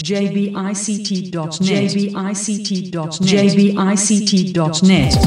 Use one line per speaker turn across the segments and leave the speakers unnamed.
jbict.net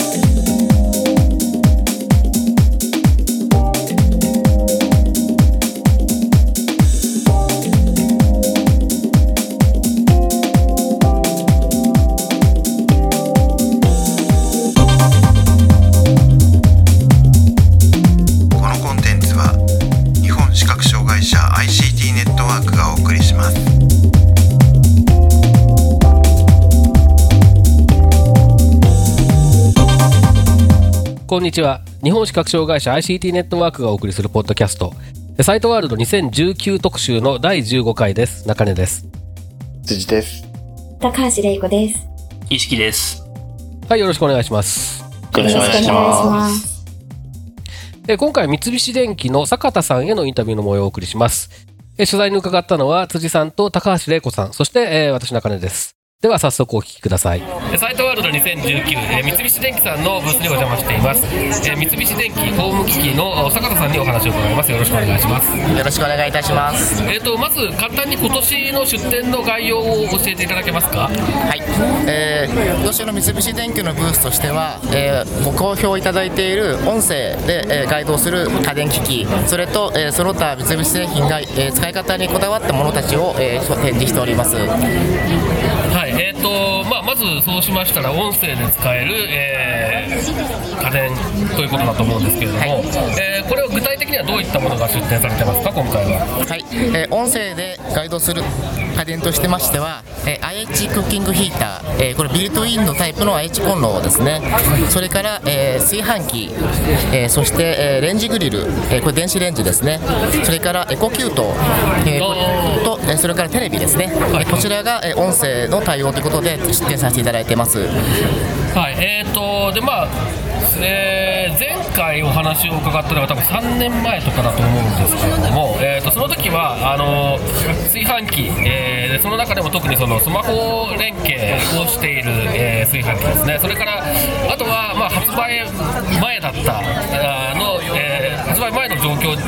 こんにちは。日本視覚障害者 ICT ネットワークがお送りするポッドキャストサイトワールド2019特集の第15回です。中根です。
辻です。
高橋玲子です。
意識です。
はい、よろしくお願いします。
よろしくお願いします。
今回三菱電機の坂田さんへのインタビューの模様をお送りします。取材に伺ったのは辻さんと高橋玲子さん、そして、私中根です。では早速お聞きください。サイトワールド2019、三菱電機さんのブースにお邪魔しています。三菱電機ホーム機器の坂田さんにお話を伺います。よろしくお願いします。
よろしくお願いいたします。
まず簡単に今年の出展の概要を教えていただけますか。
はい、今年の三菱電機のブースとしては、ご好評いただいている音声で、該当する家電機器、それと、その他三菱製品が、使い方にこだわったものたちを、展示しております。
はい、まずそうしましたら音声で使える、家電ということだと思うんですけれども、はい、これは具体的にはどういったものが出展されてますか、今回は。
はい、音声で該当する家電としてましては、IH クッキングヒーター、これビルトインのタイプの IH コンロですね。それから、炊飯器、そして、レンジグリル、これ電子レンジですね。それからエコキュート、とそれからテレビですね。こちらが、音声の対応ということで出展させていただいています。
はい、で前回お話を伺ったのは多分3年前とかだと思うんですけれども、その時は炊飯器、その中でも特にそのスマホ連携をしている、炊飯器ですね。それからあとは、発売前だった発売前の状況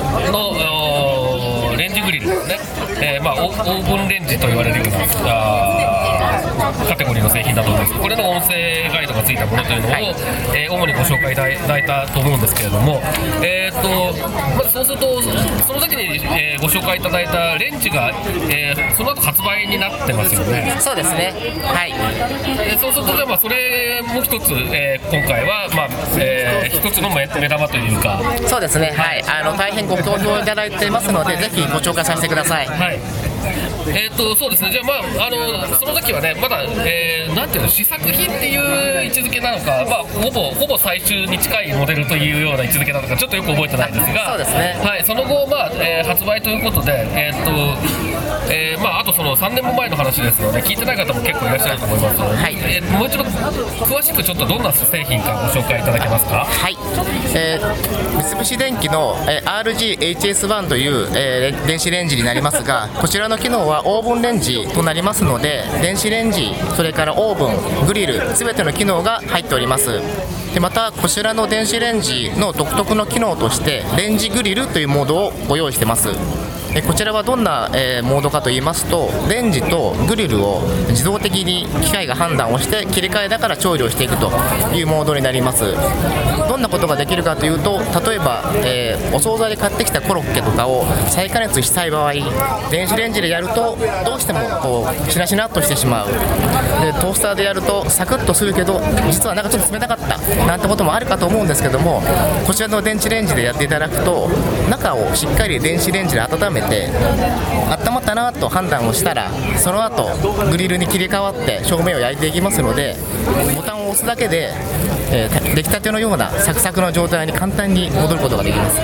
のレンジグリルですね。オーブンレンジと言われるようなカテゴリーの製品だと思うんですけど、これの音声ガイドがついたものというのを、主にご紹介いただいたと思うんですけれども、まずそうするとその時に、ご紹介いただいたレンジが、その後発売になってますよね。
そうですね。はい。
そうするとじゃあそれも一つ、今回は一つの目玉というか。
そうですね。はい。大変ご好評いただいてますので、ぜひご紹介させてください。
はい。そうですね。じゃあその時はね、まだ、なんていうの、試作品っていう位置づけなのか、ほぼ最終に近いモデルというような位置づけなのかちょっとよく覚えてないですが、
そうですね。
はい。その後発売ということで、あとその3年も前の話ですので聞いてない方も結構いらっしゃると思いますので、はい、もう一度詳しくちょっとどんな製品かご紹介いただけますか。
はい。三菱電機の RGHS1 という、電子レンジになりますが、こちらの機能はオーブンレンジとなりますので、電子レンジ、それからオーブン、グリル、すべての機能が入っております。でまたこちらの電子レンジの独特の機能としてレンジグリルというモードをご用意してます。こちらはどんな、モードかと言いますと、レンジとグリルを自動的に機械が判断をして切り替えながら調理をしていくというモードになります。どんなことができるかというと、例えば、お惣菜で買ってきたコロッケとかを再加熱したい場合、電子レンジでやるとどうしてもこうしなしなっとしてしまう。でトースターでやるとサクッとするけど実はなんかちょっと冷たかったなんてこともあるかと思うんですけども、こちらの電子レンジでやっていただくと、中をしっかり電子レンジで温めて温まったなと判断をしたら、その後グリルに切り替わって表面を焼いていきますので、ボタンを押すだけで、出来たてのようなサクサクの状態に簡単に戻ることができます。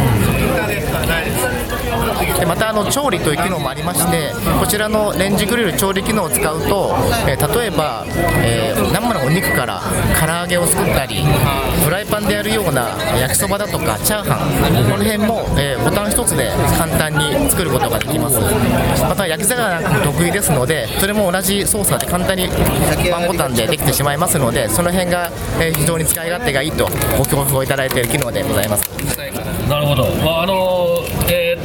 でまた調理という機能もありまして、こちらのレンジグリル調理機能を使うと、例えば、生のお肉から唐揚げを作ったり、フライパンでやるような焼きそばだとかチャーハン、この辺も、ボタン一つで簡単に作ることができます。また焼き魚なんかも得意ですので、それも同じ操作で簡単にワンボタンでできてしまいますので、その辺が、非常に使い勝手がいいとご好評いただいている機能でございます。
なるほど。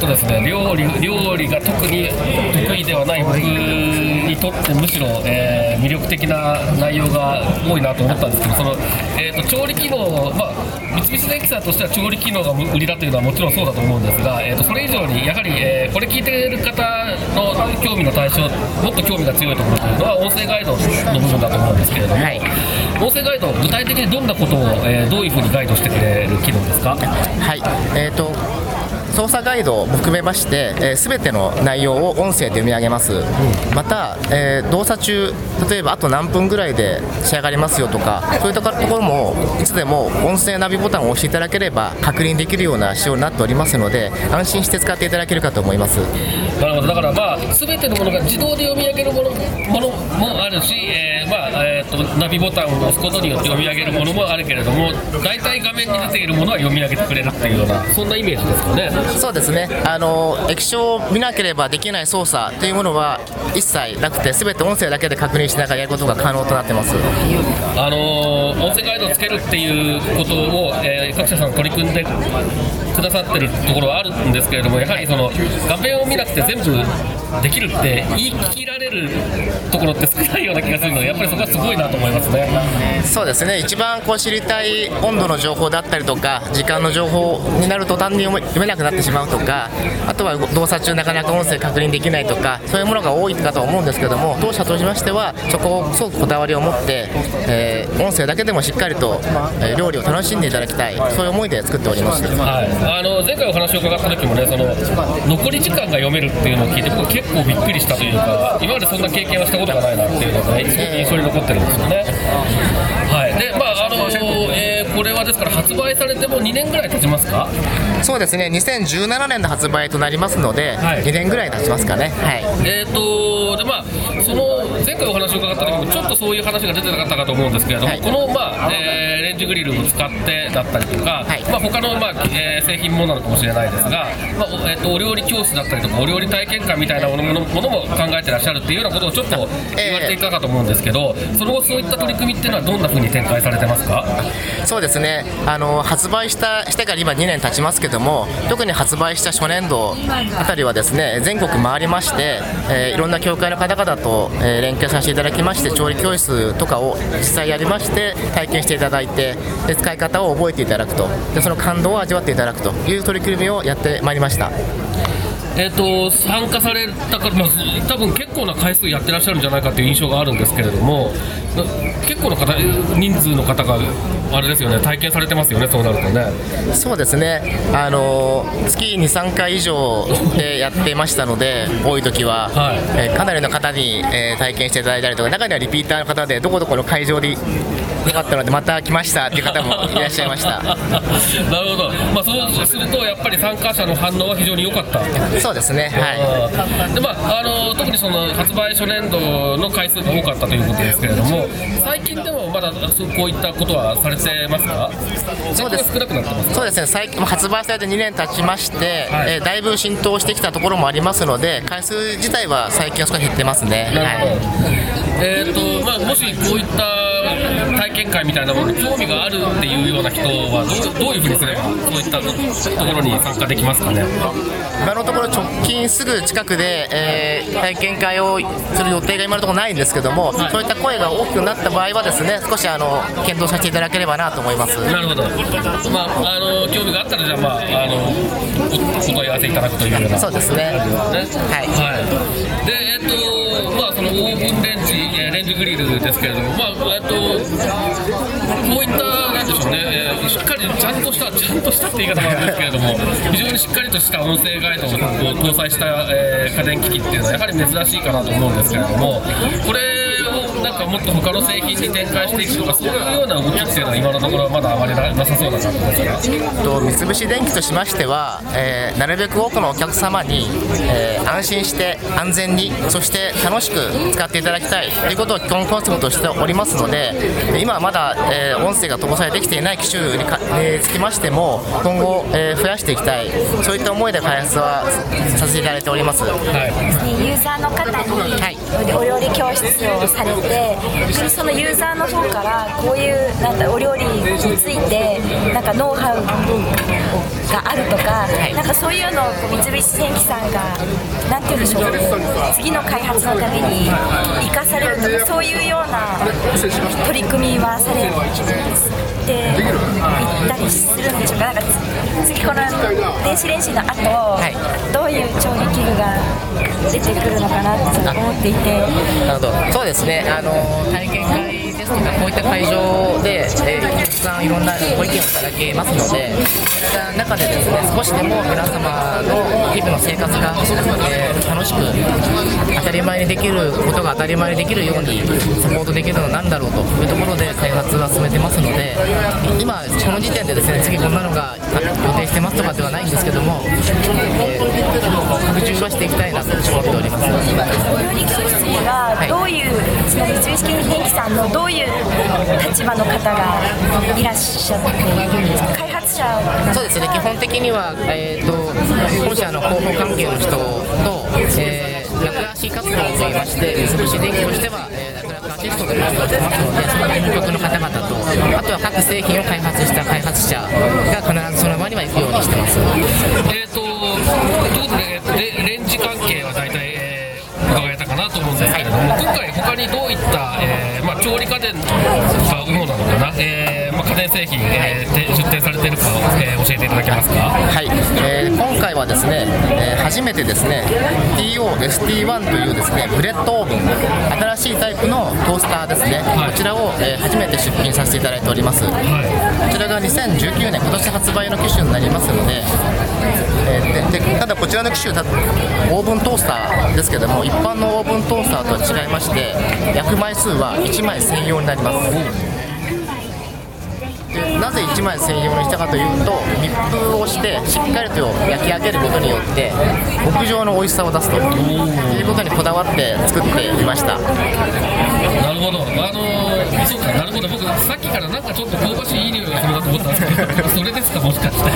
ですね、料理が特に得意ではない僕にとってむしろ、魅力的な内容が多いなと思ったんですけど、調理機能、三菱電機さんとしては調理機能が売りだというのはもちろんそうだと思うんですが、それ以上にやはり、これ聞いている方の興味の対象、もっと興味が強いところというのは音声ガイドの部分だと思うんですけれども、はい、音声ガイド、具体的にどんなことを、どういうふうにガイドしてくれる機能ですか？
はい、操作ガイドを含めまして、全ての内容を音声で読み上げます、また、動作中、例えばあと何分ぐらいで仕上がりますよとか、そういったところもいつでも音声ナビボタンを押していただければ確認できるような仕様になっておりますので、安心して使っていただけるかと思います。
なるほど、だから全てのものが自動で読み上げるものもあるし、ナビボタンを押すことによって読み上げるものもあるけれども、大体画面に出ているものは読み上げてくれるっていうような、そんなイメージですかね。
そうですね、液晶を見なければできない操作というものは一切なくて、全て音声だけで確認しながらやることが可能となっています。
音声ガイドをつけるっていうことを、各社さん取り組んでくださってるところはあるんですけれども、やはりその画面を見なくて全部できるって言い切られるところって少ないような気がするので、やっぱりそこはすごいなと思いますね。
そうですね、一番知りたい温度の情報だったりとか、時間の情報になると単に読めなくなってしまうとか、あとは動作中なかなか音声確認できないとか、そういうものが多いかと思うんですけども、当社としましてはそこをすごくこだわりを持って、音声だけでもしっかりと、料理を楽しんでいただきたい、そういう思いで作っております。
はい、前回お話を伺った時もね、残り時間が読めるっていうのを聞いて、僕結構びっくりしたというか、今までそんな経験はしたことがないなっていうのが、ね、すごく印象に残ってるんですよね。はい、でこれはですから発売されても2年ぐらい経ちますか？
そうですね、2017年の発売となりますので、はい、2年ぐらい経ちますかね。はい、
でその前回お話を伺った時もちょっとそういう話が出てなかったかと思うんですけれども、はい、この、レンジグリルを使ってだったりとか、はい、他の、製品もなのかもしれないですが、お料理教室だったりとかお料理体験会みたいなものも考えてらっしゃるっていうようなことをちょっと言われていたかと思うんですけど、その後そういった取り組みっていうのはどんな風に展開されてますか？
そうですね、発売してから今2年経ちますけども、特に発売した初年度あたりはですね、全国回りまして、いろんな協会の方々と、連携させていただきまして、調理教室とかを実際やりまして体験していただいて、で使い方を覚えていただくと、でその感動を味わっていただくという取り組みをやってまいりました。
参加された方、多分結構な回数やってらっしゃるんじゃないかという印象があるんですけれども、結構な人数の方があれですよね、体験されてますよね、そうなるとね。
そうですね、月2、3回以上でやっていましたので、多い時は、はい、かなりの方に、体験していただいたりとか、中にはリピーターの方でどこどこの会場でよかったのでまた来ましたっていう方もいらっしゃいました。なる
ほど、そうするとやっぱり参加者の反応は非常に良かった。
そうですね、はい。
で特にその発売初年度の回数が多かったということですけれども、最近でもまだこういったことはされてますか？
そうです。
少なくなってますか？
そうですね、最近発売されて2年経ちまして、はい、だいぶ浸透してきたところもありますので、回数自体は最近は少し減ってますね。
なるほど。はい、もしこういった体験会みたいなものに興味があるっていうような人はどういうふうにすればそういったところに参加できますかね？
今のところ直近すぐ近くで、体験会をする予定が今のところないんですけども、はい、そういった声が大きくなった場合はですね、少し検討させていただければなと思います。
なるほど。興味があったらじゃあお問い合わせいただくというような。
そうですね。はい。
はい。でそのオーブンレンジグリルですけれども、こういったなんでしょうね、しっかりちゃんとしたって言い方もあるんですけれども、非常にしっかりとした音声ガイドを搭載した、家電機器っていうのはやはり珍しいかなと思うんですけれども、これをなんかもっと他の製品に展開していくとか、そういうような動きっていうのは今のところはまだあまりなさそうな感じですか？
三菱電機としましては、なるべく多くのお客様に、安心して安全に、そして楽しく使っていただきたいということを基本コンセプトとしておりますので、今はまだ、音声が搭載できていない機種につきましても今後、増やしていきたい、そういった思いで開発はさせていただいております。はい、
ユーザーの方に、はい、お料理教室をされてて、そのユーザーの方からこういうなんかお料理についてなんかノウハウがあるとか、なんかそういうのを三菱電機さんがなんていうんでしょう、次の開発のために生かされるとか、そういうような取り組みはされていったりするんでしょうか。なんか次この電子レンジの後、どういう調理器具が出てくるのかなって思っていて。
なるほど、そうですね、体験会ですとかこういった会場で、たくさんいろんなご意見をいただけますので、そういった中でですね、少しでも皆様の日々の生活が、楽しく当たり前にできることが当たり前にできるようにサポートできるのは何だろうというところで開発は進めてますので、今この時点でですね、次こんなのが予定してますとかではないんですけども、拡充はしていきたいなと思っております。
お料理教室にはどういう、その三菱電機さんのどういう立場の方がいらっしゃっているんですか。開発者。
そうですね、基本的には、本社の広報関係の人と、楽足活動といいまして、三菱電機としては、楽アーティストで活動してますので、その事務局の方々と、あとは各製品を開発した開発者が必ずその場には行くようにしてます。
ということで、レンジ関係は大体、伺えたかなと思うんですけれども、今回他にどういった、調理家電が主なのかな、家電製品、出展されているかを、教えていただけますか。
はい、今回はですね、初めてですね TOST1 というですねブレッドオーブン、新しいタイプのトースターですね、こちらを、初めて出品させていただいております。こちらが2019年今年発売の機種になりますので、ただこちらの機種オーブントースターですけども、一般のオーブントースターとは違いまして、焼く枚数は1枚専用になります。なぜ1枚専用にしたかというと、密封をしてしっかりと焼き上げることによって極上の美味しさを出すということにこだわって作っていました。
なるほど、そうか、なるほど、僕さっきからなんかちょっと香ばしいいい匂いがするなと思ったんですけどそれですか、もしかして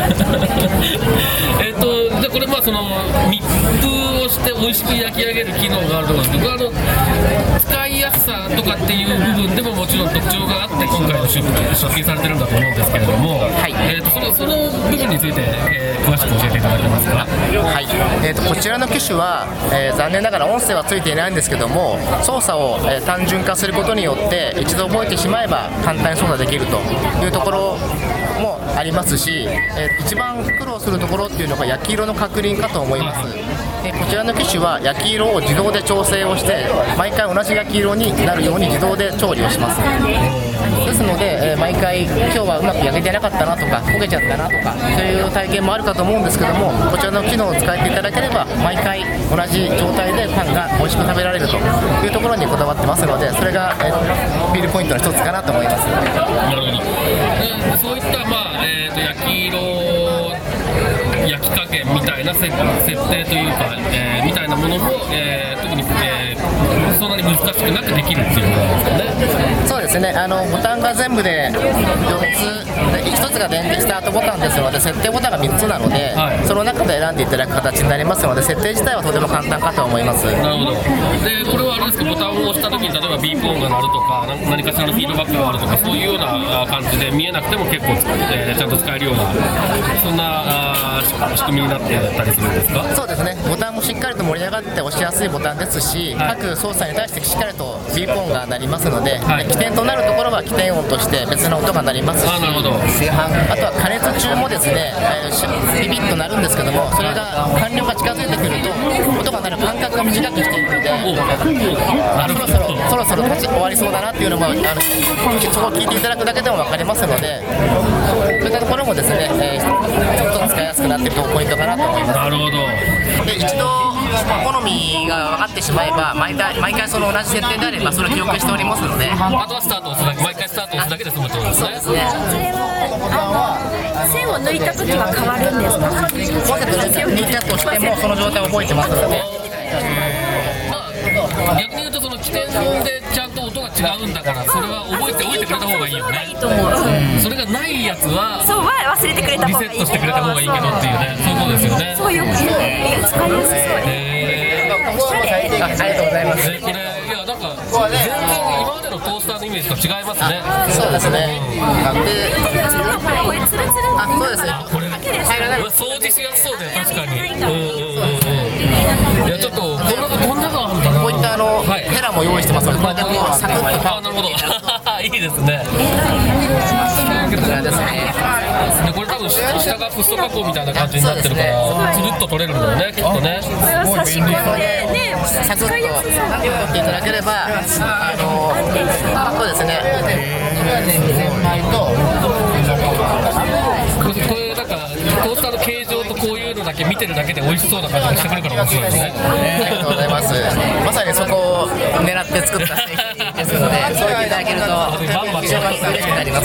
じゃあこれその密封をして美味しく焼き上げる機能があると思うんですけど、使いやすさとかっていう部分でももちろん特徴があって今回の出品されてるんだと思うんですけれども、その部分について、詳しく教えていただけますか。
はい、こちらの機種は、残念ながら音声はついていないんですけども、操作を、単純化することによって一度覚えてしまえば簡単に操作できるというところもありますし、一番苦労するところっていうのが焼き色の確認かと思います。こちらの機種は焼き色を自動で調整をして毎回同じ焼き色になるように自動で調理をします。ですので、毎回今日はうまく焼けてなかったなとか焦げちゃったなとか、そういう体験もあるかと思うんですけども、こちらの機能を使っていただければ毎回同じ状態でパンが美味しく食べられるというところにこだわってますので、それが、ビールポイントの一つかなと思います。
なるほど、そういった、焼き色、焼き加減みたいな設定というか、みたいなものも、特に、そんなに難しくなくできるっていうことなんですかね。
そうですね、ボタンが全部で4つ、1つが電気スタートボタンですので、設定ボタンが3つなので、その中で選んでいただく形になりますので、設定自体はとても簡単かと思います。
なるほど。でこれはあれですか、ボタンを押した時に例えばビープ音が鳴るとか、何かしらのフィードバックがあるとか、そういうような感じで見えなくても結構、ちゃんと使えるような、そんな仕組みになってたりするんですか。
そうですね、ボタンもしっかりと盛り上がって押しやすいボタンですし、各操作に対してしっかりとビープ音が鳴りますので、起点となるところは起点音として別の音が鳴りますし、
なるほど。
あとは加熱中もですね、ビビッと鳴るんですけども、それが完了が近づいてくると音が鳴る間隔が短くしていくので、そろそろ終わりそうだなっていうのも、そこを聞いていただくだけでも分かりますので、そういったところもですね、ちょっと使いやすくなっているポイントかなと思います。
なるほど。
で一度好みが分かってしまえば毎回その同じ設定であればそれを記憶しておりますので、
あとはスタートを押すだけ、毎回スタートを押すだけで済むってことですね。
それは線を抜いたときは変わるんですか。
コンセプトで抜いたとしてもその状態を覚えてますので、
逆に言うとその起点でちゃんと音が違うんだから、それは覚えておいてくれた方がいいよね。それがないやつは
そうは忘れてくれた方がいい、
リセットしてくれた方がいいけどっていうね、そういうことですよね。
そういう使いやすそう。
ありがとうございます。
これいやなんか全然今までのトースターのイメージと違いますね。
そうですね。で、
これツルツル
そうですね。
これ
入らない
掃除しやすそうで確かに。いやちょっとこんなのあるんだな。
こういった
はい
ヘラも用意してますので、これでもうサクッと
あ、なるほど。いいですね。
こちらですね。
でこれ多分下がフッ素加工みたいな感じになってるからつるっと取れるんだよね、きっとね。
これを差し込んでね、
サクッと取っていただければ、そうですね。
これなんかトースターの形状とこういうのだけ見てるだけで美味しそうな感じがしてくるから面白いですね。
ありがとうございます。まさにそこを狙って作った製品ですので、そう言っていただけると非常に嬉しくなります。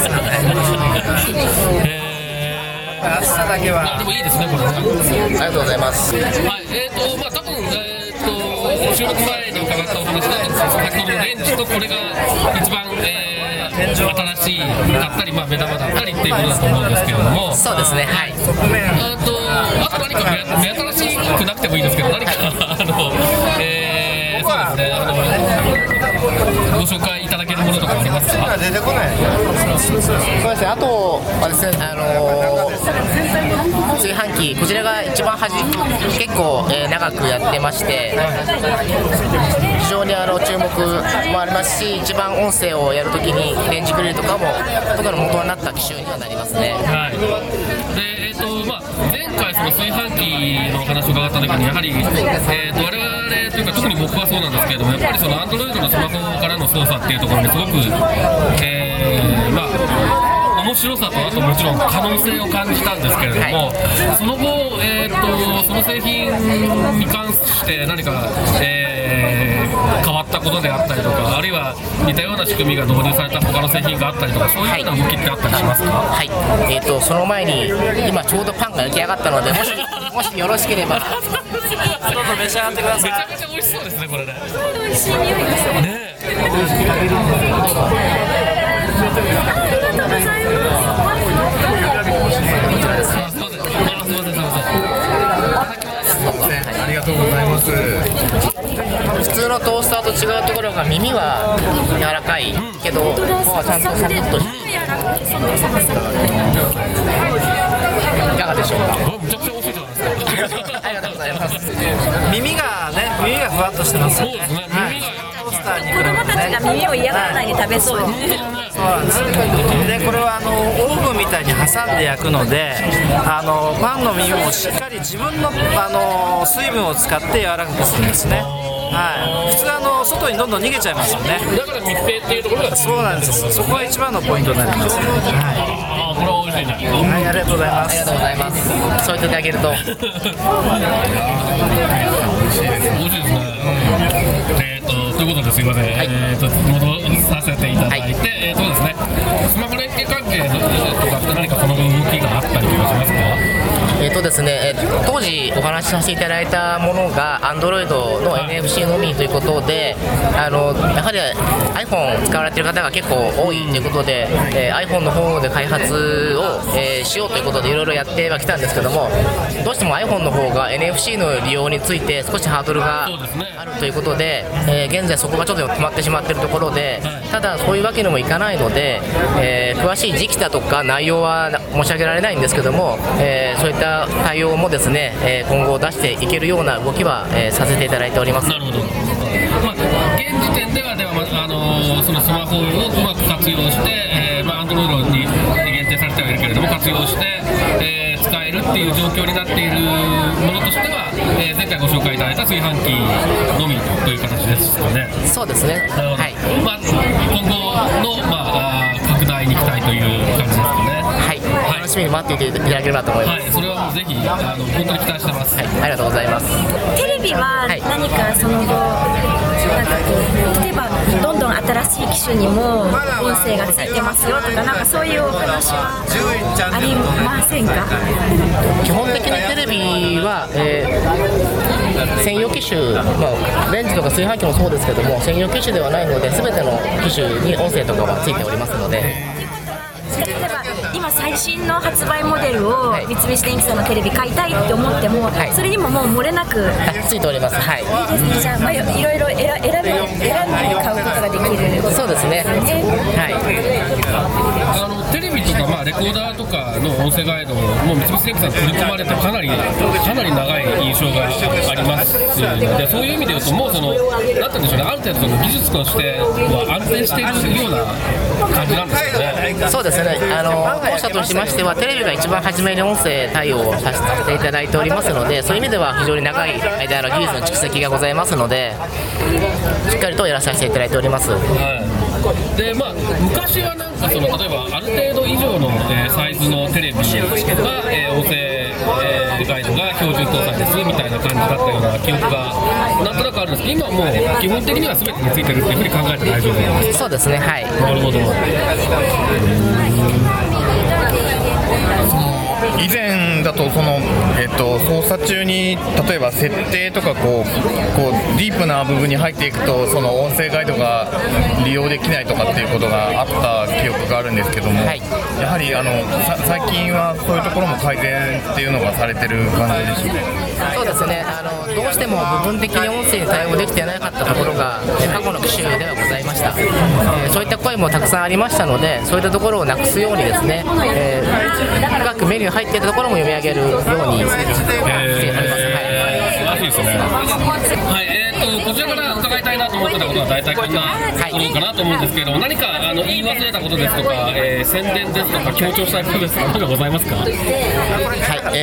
でもいいですねこれね。
ありがとうございます。
はい、まあ多分収録前に伺ったお話だと先ほどのレンジとこれが一番新しいだったり、まあ目玉だったりっていうことだと思うんですけれども。
そうですね。はい。
あと何か目新しくなくてもいいですけど何かそうですねご紹介いただけるものとかありますか？
出てこない。そうですね。あとはですね、炊飯器、こちらが一番結構、長くやってまして、非常に注目もありますし、一番音声をやるときにレンジグリルとかも元のになった機種にはなりますね。
はい。でまあ前回その炊飯器のお話を伺ったときにやはり我々というか特に僕はそうなんですけれども、やっぱりその Android のスマホからの操作っていうところにすごくまあ面白さとあともちろん可能性を感じたんですけれども、その後その製品に関して何か変わったことであったりとか、あるいは似たような仕組みが導入された他の製品があったりとか、そういうような動きってあったりしますか？
はい。その前に今ちょうどパンが焼き上がったので、もしよろしければどうぞ召し上がってください。
めちゃめちゃ美味しそうですねこれね。
美味しい匂いですね。
ね
ありがとうございます。
普通のトースターと違うところが耳は柔らかいけど、もうちゃんとサクッとしていかがでしょうか？
めちゃくちゃ美味しいじゃないですか。
ありがとうございます。
耳がふわっとしてますよね。
そうですね。耳が
トースターに比
子供
べてね。
たちが耳を嫌がらないで食べそうですね。
そうなんですよ。でこれはオーブンみたいに挟んで焼くので、パンの耳もしっかり自分の水分を使って柔らかくするんですね。はい。普通外にどんどん逃げちゃいますよね。
だから密閉っていうところが
そうなんです。そこが一番のポイントになります。は
これは美味しいね。
い。はい、ありがとうございま
ありが
す。
とうございます。そう言っていただけると。
美味しいですね。ということですいません。戻させていただいて、そうですね。スマホ連携関係とかって何かその動きがあったりとかしますか？
ですね、当時お話しさせていただいたものが Android の NFC のみということで、やはり iPhone 使われている方が結構多いということで、iPhone の方で開発を、しようということでいろいろやってはきたんですけども、どうしても iPhone の方が NFC の利用について少しハードルがあるということで、現在そこがちょっと止まってしまっているところで、ただそういうわけにもいかないので、詳しい時期だとか内容は申し上げられないんですけども、そういった対応もですね、今後出していけるような動きは、させていただいております。
なるほど。まあ現時点ではそのスマホをうまく活用して、Android に限定されてはいるけれども活用して、使えるっていう状況になっているものとしては、前回ご紹介いただいた炊飯器のみという形ですかね。
そうですね。はい。
今後の、拡大に期待という感じですかね。
はい。楽しみに待っていていただければと思います。
はい、それはもうぜひ本当に期待してます。
はい、ありがとうございます。
テレビは何かその後、なんかこう例えばどんどん新しい機種にも音声がついてますよとか、なんかそういうお話はありませんか？
基本的にテレビは、専用機種、レンジとか炊飯器もそうですけども、専用機種ではないので、全ての機種に音声とかはついておりますので。
例えば今最新の発売モデルを三菱電機さんのテレビ買いたいって思っても、それにももう漏れなく
ついております。はい。
いいですね。じゃあ、いろいろ選んで買う
コーダーとかの音声ガイドも三菱電機さん取り込まれてかなり長い印象がありますので、そういう意味で言うともうなんて言うんでしょうね、ある程度技術としては安定しているような感じなんですよね。
そうですね、当社としましてはテレビが一番初めに音声対応をさせていただいておりますので、そういう意味では非常に長い間の技術の蓄積がございますので、しっかりとやらさせていただいております。
で昔はなんか例えばある程度以上の、サイズのテレビが、音声、ガイドが標準搭載ですみたいな感じだったような記憶がなんとなくあるんですけど、今はもう基本的には全てについてるっていうふうに考えて大丈夫なんですか？
そうですね、はい。
なるほど。
以前だと操作中に例えば設定とかこうディープな部分に入っていくとその音声ガイドが利用できないとかっていうことがあった記憶があるんですけども、はい、やはり最近はそういうところも改善っていうのがされてる感じでしょうか？
そうですね、どうしても部分的に音声に対応できてなかったところが過去の機種ではございました。そういった声もたくさんありましたので、そういったところをなくすようにですね、各メニュー入っているところも読み上げるようにしております。
らしいですね。はい、こちらから伺いたいなと思ってたことは大体こんなところかなと思うんですけれども、何か言い忘れたことですとか、宣伝ですとか強調したいことですとか何かございますか？はい、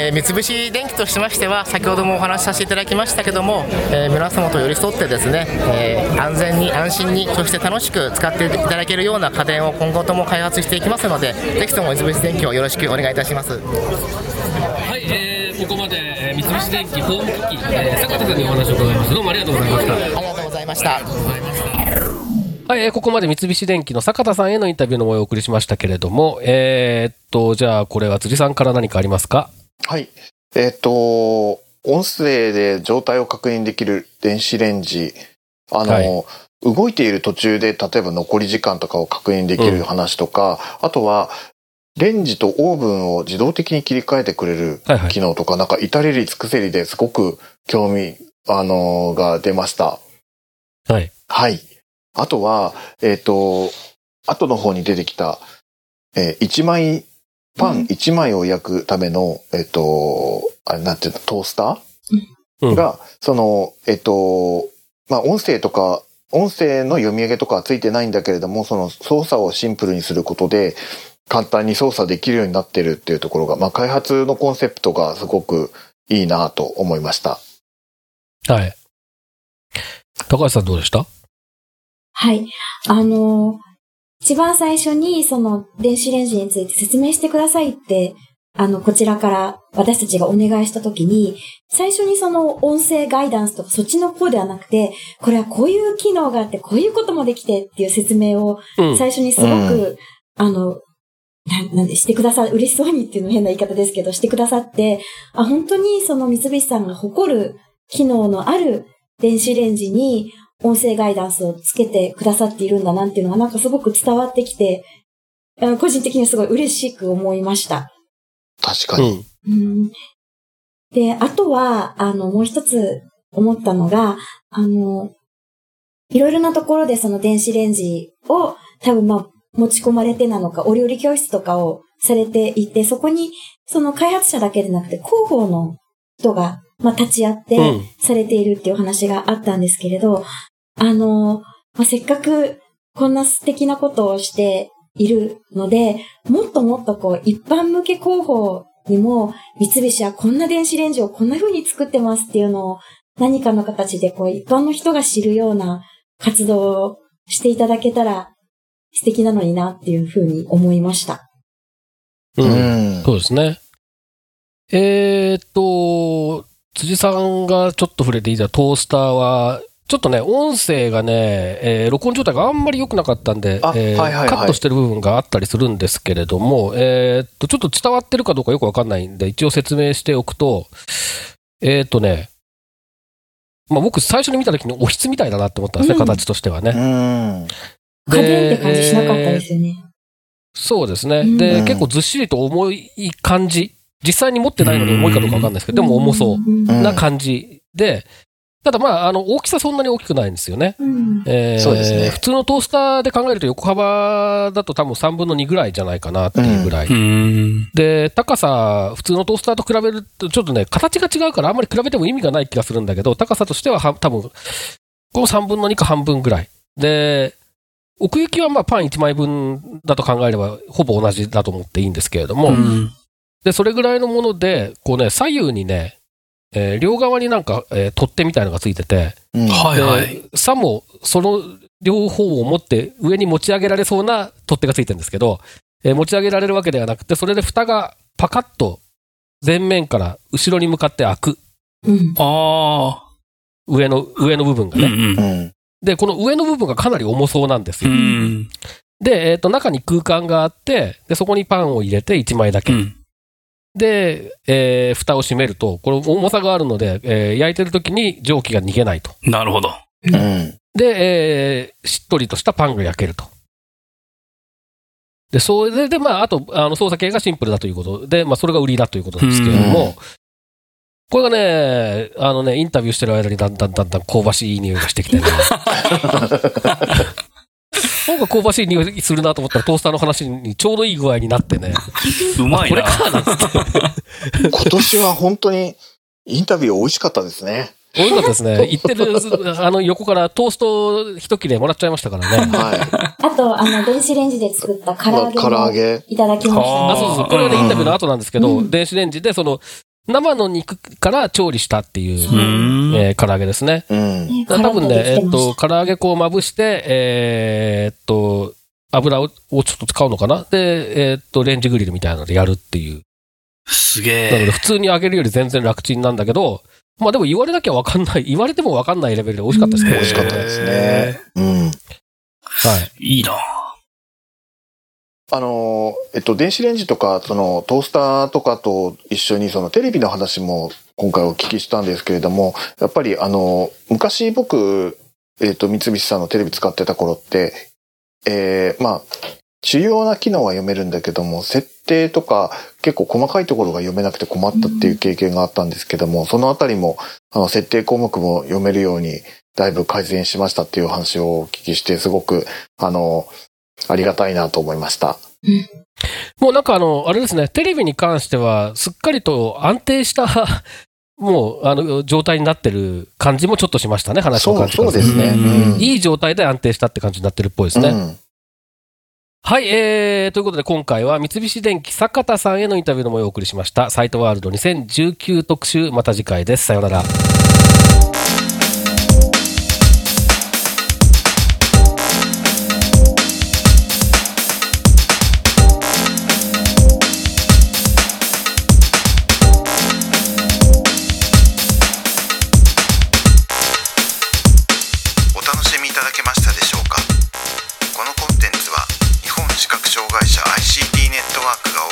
三菱電機としましては先ほどもお話しさせていただきましたけども、皆様と寄り添ってですね、安全に安心にそして楽しく使っていただけるような家電を今後とも開発していきますので、ぜひとも三菱電機をよろしくお願いいたします。
はい、ここまで、三菱電機ホーム機器、坂田さんにお話を伺いました。どうもありがとうございました。
ありがとうございました。
はい、ここまで三菱電機の坂田さんへのインタビューの模様をお送りしましたけれども、じゃあこれは辻さんから何かありますか？
はい、音声で状態を確認できる電子レンジ、動いている途中で例えば残り時間とかを確認できる話とか、あとはレンジとオーブンを自動的に切り替えてくれる機能とか、なんか至れり尽くせりですごく興味、が出ました。
はい。
はい。あとは、後の方に出てきた、パン1枚を焼くための、なんていうの、トースターが、音声の読み上げとかはついてないんだけれども、その操作をシンプルにすることで、簡単に操作できるようになってるっていうところが、開発のコンセプトがすごくいいなと思いました。
はい。高橋さんどうでした？
はい。一番最初にその電子レンジについて説明してくださいって、こちらから私たちがお願いしたときに、最初にその音声ガイダンスとかそっちの方ではなくて、これはこういう機能があって、こういうこともできてっていう説明を最初にすごく、なんでしてくださ、嬉しそうにっていうの変な言い方ですけど、してくださって、本当にその三菱さんが誇る機能のある電子レンジに音声ガイダンスをつけてくださっているんだなっていうのがなんかすごく伝わってきて、個人的にはすごい嬉しく思いました。
確かに。
で、あとは、もう一つ思ったのが、いろいろなところでその電子レンジを多分持ち込まれてなのか、お料理教室とかをされていて、そこにその開発者だけでなくて広報の人が立ち会ってされているっていう話があったんですけれど、せっかくこんな素敵なことをしているので、もっともっと一般向け広報にも三菱はこんな電子レンジをこんな風に作ってますっていうのを何かの形で一般の人が知るような活動をしていただけたら素敵なのになっていう風に思いました。
そうですね。辻さんがちょっと触れていたトースターは、ちょっとね、音声がね、録音状態があんまり良くなかったんで、カットしてる部分があったりするんですけれども、ちょっと伝わってるかどうかよくわかんないんで、一応説明しておくと、僕最初に見た時におひつみたいだなって思ったんですね、形としてはね。
家電って感じしなかったですよね。
そうですね。で、結構ずっしりと重い感じ。実際に持ってないのに重いかどうかわかんないですけど、でも重そうな感じで、 ただ大きさそんなに大きくないんですよね。
そうですね。
普通のトースターで考えると横幅だと多分3分の2ぐらいじゃないかなっていうぐらい。で、高さ、普通のトースターと比べるとちょっとね、形が違うからあんまり比べても意味がない気がするんだけど、高さとしては多分、この3分の2か半分ぐらい。で、奥行きはパン1枚分だと考えればほぼ同じだと思っていいんですけれども、で、それぐらいのもので、こうね、左右にね、両側になんか、取っ手みたいなのがついてて、さもその両方を持って上に持ち上げられそうな取っ手がついてるんですけど、持ち上げられるわけではなくて、それで蓋がパカッと前面から後ろに向かって開く。上の部分がね。で、この上の部分がかなり重そうなんですよ。で、中に空間があって、で、そこにパンを入れて1枚だけ。で、蓋を閉めると、これ重さがあるので、焼いてる時に蒸気が逃げないと。
なるほど。
で、しっとりとしたパンが焼けると。で、それで、あと、操作系がシンプルだということで、それが売りだということなんですけれども、これがね、インタビューしてる間にだんだん香ばしいいい匂いがしてきてね。なんか香ばしい匂いするなと思ったらトースターの話にちょうどいい具合になってね。
うまいな。
これかなんつって。
今年は本当にインタビュー美味しかったですね。
美味しかったですね。言ってる、横からトースト一切れもらっちゃいましたからね。
あと、電子レンジで作った唐揚げもいただきましたね。
そう。これはね、インタビューの後なんですけど、電子レンジで生の肉から調理したっていう、唐揚げですね。多分ね、唐揚げこうまぶして、油をちょっと使うのかなで、レンジグリルみたいなのでやるっていう。
すげえ。
なので普通に揚げるより全然楽ちんなんだけど、でも言われなきゃわかんない、言われてもわかんないレベルで美味しかったですね。
美味しかったですね。
はい。
いいな。
電子レンジとか、トースターとかと一緒に、テレビの話も今回お聞きしたんですけれども、やっぱり昔僕、三菱さんのテレビ使ってた頃って、主要な機能は読めるんだけども、設定とか結構細かいところが読めなくて困ったっていう経験があったんですけども、そのあたりも、設定項目も読めるように、だいぶ改善しましたっていう話をお聞きして、すごく、ありがたいなと思いました。
もうなんかあれですね、テレビに関しては、すっかりと安定した、もう、状態になってる感じもちょっとしましたね、話の感じ。
そうですね。
いい状態で安定したって感じになってるっぽいですね。はい、ということで今回は三菱電機坂田さんへのインタビューの模様をお送りしました。サイトワールド2019特集、また次回です。さようなら。
視覚障害者 ICT ネットワークが